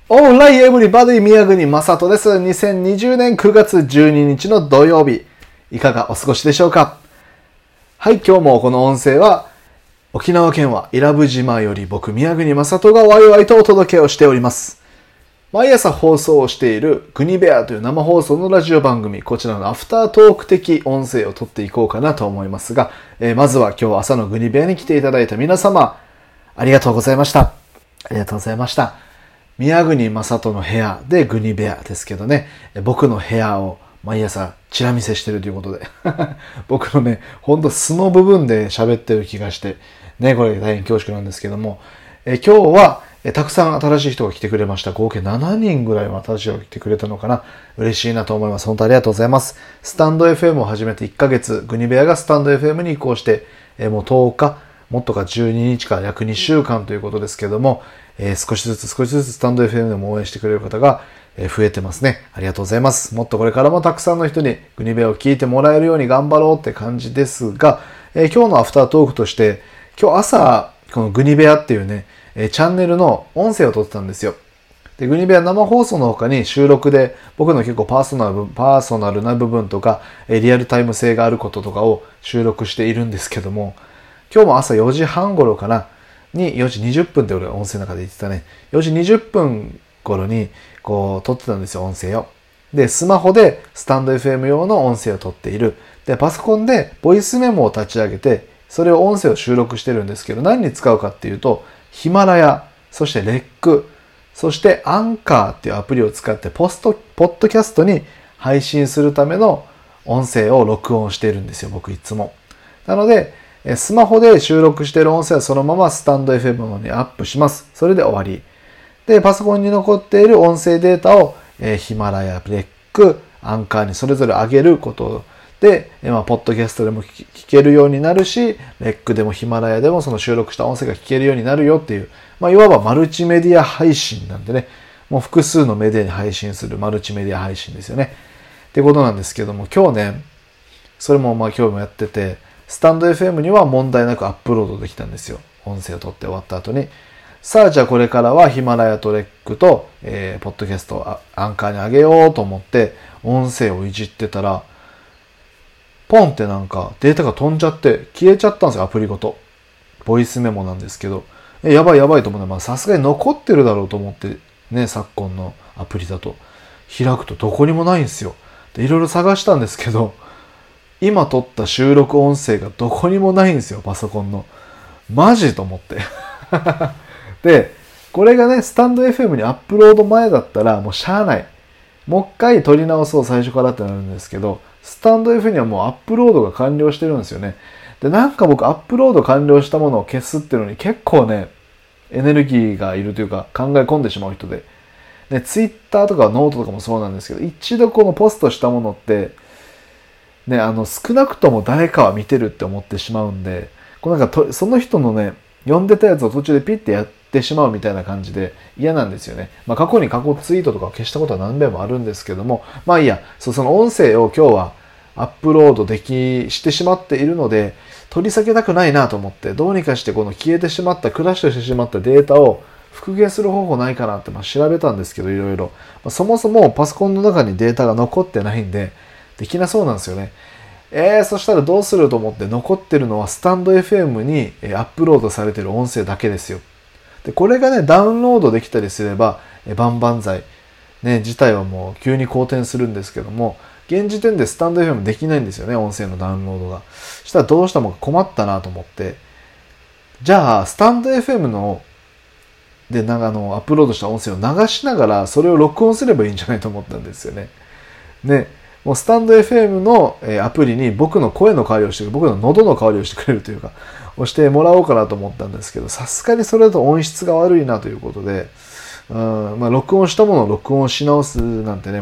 オーライエブリバディ宮国正人です。2020年9月12日の土曜日。いかがお過ごしでしょうか？はい、今日もこの音声は沖縄県は伊良部島より僕宮国正人がワイワイとお届けをしております。毎朝放送をしているグニベアという生放送のラジオ番組、こちらのアフタートーク的音声を撮っていこうかなと思いますが、まずは今日朝のグニベアに来ていただいた皆様、ありがとうございました。ありがとうございました。宮国正人の部屋でグニベアですけどね、僕の部屋を毎朝チラ見せしてるということで僕のね、ほんと素の部分で喋ってる気がしてね、これ大変恐縮なんですけども、今日はたくさん新しい人が来てくれました。合計7人ぐらいは新しい人が来てくれたのかな。嬉しいなと思います。本当ありがとうございます。スタンド FM を始めて1ヶ月、グニベアがスタンド FM に移行して、もう10日、もっとか12日から約2週間ということですけども、少しずつスタンド FM でも応援してくれる方が増えてますね。ありがとうございます。もっとこれからもたくさんの人にグニベアを聞いてもらえるように頑張ろうって感じですが、今日のアフタートークとして、今日朝、このグニベアっていうね、チャンネルの音声を撮ってたんですよ。で、グニベア生放送の他に収録で僕の結構パーソナルな部分とか、リアルタイム性があることとかを収録しているんですけども、今日も朝4時半頃かな、に4時20分って俺は音声の中で言ってたね。4時20分頃にこう撮ってたんですよ、音声を。で、スマホでスタンド FM 用の音声を撮っている。で、パソコンでボイスメモを立ち上げて、それを音声を収録してるんですけど、何に使うかっていうと、ヒマラヤ、そしてレック、そしてアンカーっていうアプリを使ってポッドキャストに配信するための音声を録音しているんですよ、僕いつも。なので、スマホで収録している音声はそのままスタンド FM の方にアップします。それで終わり。で、パソコンに残っている音声データを、ヒマラヤ、レック、アンカーにそれぞれ上げることで、ポッドキャストでも聞けるようになるし、レックでもヒマラヤでもその収録した音声が聞けるようになるよっていう、いわばマルチメディア配信なんでね、もう複数のメディアに配信するマルチメディア配信ですよね。ってことなんですけども、今日ね、それも今日もやってて、スタンド FM には問題なくアップロードできたんですよ。音声を取って終わった後に。さあ、じゃあこれからはヒマラヤとレックと、ポッドキャストをアンカーに上げようと思って、音声をいじってたら、ポンってなんかデータが飛んじゃって消えちゃったんですよ、アプリごと。ボイスメモなんですけど。やばいと思って、さすがに残ってるだろうと思って、ね、昨今のアプリだと。開くとどこにもないんですよ。で、いろいろ探したんですけど、今撮った収録音声がどこにもないんですよ、パソコンの。マジと思って。で、これがね、スタンド FM にアップロード前だったらもうしゃあない。もう一回撮り直そう最初からってなるんですけど、スタンド FM にはもうアップロードが完了してるんですよね。で、なんか僕アップロード完了したものを消すっていうのに結構ね、エネルギーがいるというか考え込んでしまう人で。ね、Twitter とかノートとかもそうなんですけど、一度このポストしたものって、ね、少なくとも誰かは見てるって思ってしまうんで、その人のね、読んでたやつを途中でピッてやってしまうみたいな感じで嫌なんですよね。過去ツイートとかを消したことは何遍もあるんですけども、いいや、その音声を今日はアップロードしてしまっているので、取り下げたくないなと思って、どうにかしてこの消えてしまった、クラッシュしてしまったデータを復元する方法ないかなって調べたんですけど、いろいろ。そもそもパソコンの中にデータが残ってないんで、できなそうなんですよね。そしたらどうすると思って残ってるのはスタンド FM にアップロードされてる音声だけですよ。で、これがね、ダウンロードできたりすれば、万々歳、ね、自体はもう急に好転するんですけども、現時点でスタンド FM できないんですよね、音声のダウンロードが。したらどうしたも困ったなと思って、じゃあ、スタンド FM で、アップロードした音声を流しながら、それを録音すればいいんじゃないと思ったんですよね。ね。もうスタンド FM のアプリに僕の声の代わりをしてくれる、僕の喉の代わりをしてくれるというか、押してもらおうかなと思ったんですけど、さすがにそれだと音質が悪いなということで、録音したものを録音し直すなんてね、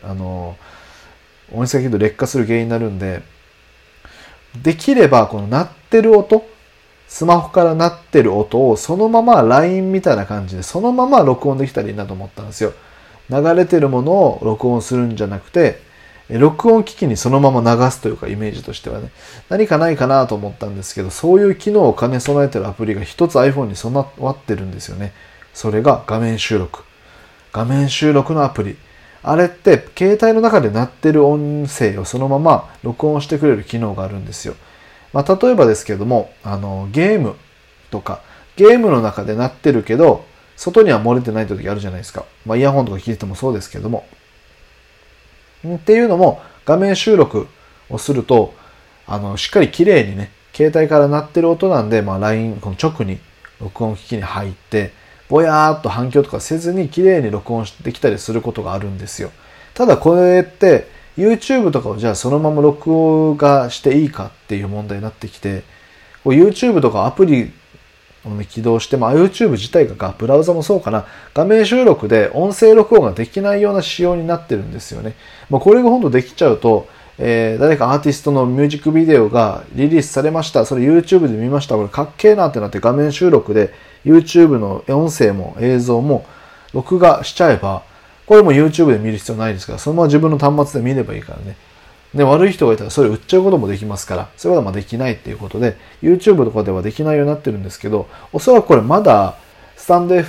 音質がけど劣化する原因になるんで、できればこの鳴ってる音、スマホから鳴ってる音をそのまま LINE みたいな感じでそのまま録音できたらいいなと思ったんですよ。流れてるものを録音するんじゃなくて、録音機器にそのまま流すというかイメージとしてはね、何かないかなと思ったんですけど、そういう機能を兼ね備えてるアプリが一つ iPhone に備わってるんですよね。それが画面収録。 画面収録のアプリ。あれって携帯の中で鳴ってる音声をそのまま録音してくれる機能があるんですよ。例えばですけども、ゲームとか、ゲームの中で鳴ってるけど、外には漏れてないって時あるじゃないですか。イヤホンとか聞いてもそうですけども。っていうのも、画面収録をすると、しっかり綺麗にね、携帯から鳴ってる音なんで、LINE、この直に録音機器に入って、ぼやーっと反響とかせずに綺麗に録音できたりすることがあるんですよ。ただこれって、YouTube とかをじゃあそのまま録画していいかっていう問題になってきて、YouTube とかアプリを起動して、YouTube 自体がブラウザもそうかな、画面収録で音声録音ができないような仕様になってるんですよね。これが本当できちゃうと、誰かアーティストのミュージックビデオがリリースされました。それ YouTube で見ました。これかっけーなってなって画面収録で YouTube の音声も映像も録画しちゃえば、これも YouTube で見る必要ないですから、そのまま自分の端末で見ればいいからね。で、悪い人がいたらそれ売っちゃうこともできますから、それはできないっていうことで、YouTube とかではできないようになってるんですけど、おそらくこれまだスタンド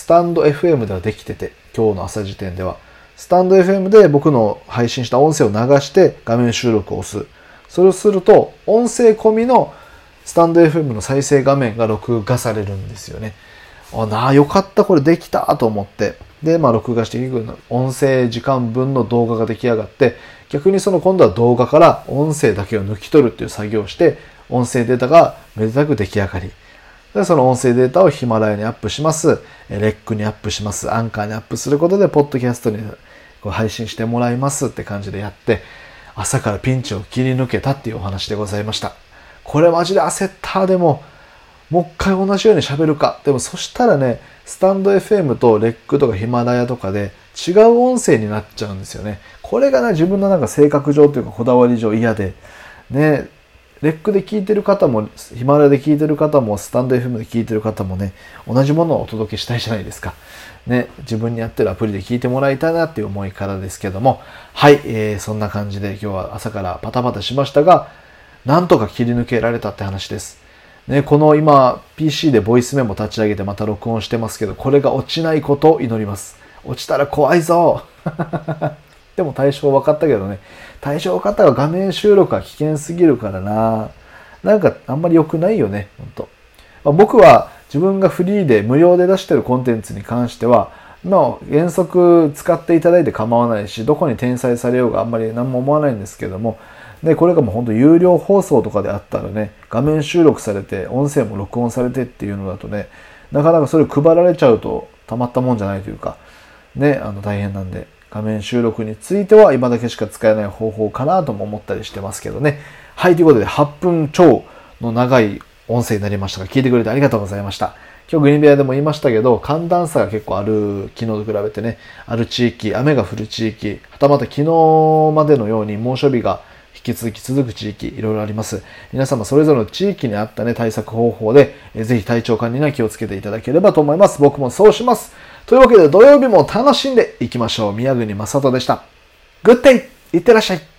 FM ではできてて、今日の朝時点では。スタンド FM で僕の配信した音声を流して画面収録を押す。それをすると、音声込みのスタンド FM の再生画面が録画されるんですよね。よかった、これできたと思って。で、録画して音声時間分の動画が出来上がって、逆に今度は動画から音声だけを抜き取るっていう作業をして、音声データがめでたく出来上がり。で、その音声データをヒマラヤにアップします。レックにアップします。アンカーにアップすることで、ポッドキャストに配信してもらいますって感じでやって、朝からピンチを切り抜けたっていうお話でございました。これマジで焦った。でも、もう一回同じように喋るか。でもそしたらね、スタンド FM とレックとかヒマラヤとかで違う音声になっちゃうんですよね。これがね、自分の性格上というかこだわり上嫌で、ね、レックで聞いてる方も、ヒマラヤで聞いてる方も、スタンド FM で聞いてる方もね、同じものをお届けしたいじゃないですか。ね、自分にやってるアプリで聞いてもらいたいなっていう思いからですけども、はい、そんな感じで今日は朝からパタパタしましたが、なんとか切り抜けられたって話です。ね、この今 PC でボイスメモ立ち上げてまた録音してますけど、これが落ちないことを祈ります。落ちたら怖いぞでも対象分かったけどね、対象分かったが画面収録は危険すぎるからな。あんまり良くないよね、本当。僕は自分がフリーで無料で出してるコンテンツに関しては、原則使っていただいて構わないし、どこに転載されようがあんまり何も思わないんですけども、で、これがもう本当有料放送とかであったらね、画面収録されて、音声も録音されてっていうのだとね、なかなかそれ配られちゃうとたまったもんじゃないというか、ね、大変なんで、画面収録については今だけしか使えない方法かなとも思ったりしてますけどね。はい、ということで8分超の長い音声になりましたが、聞いてくれてありがとうございました。今日グリーンベアでも言いましたけど、寒暖差が結構ある、昨日と比べてね、ある地域、雨が降る地域、はたまた昨日までのように猛暑日が引き続き続く地域、いろいろあります。皆様それぞれの地域に合ったね、対策方法で、ぜひ体調管理には気をつけていただければと思います。僕もそうします。というわけで土曜日も楽しんでいきましょう。宮国正人でした。グッデイ、いってらっしゃい。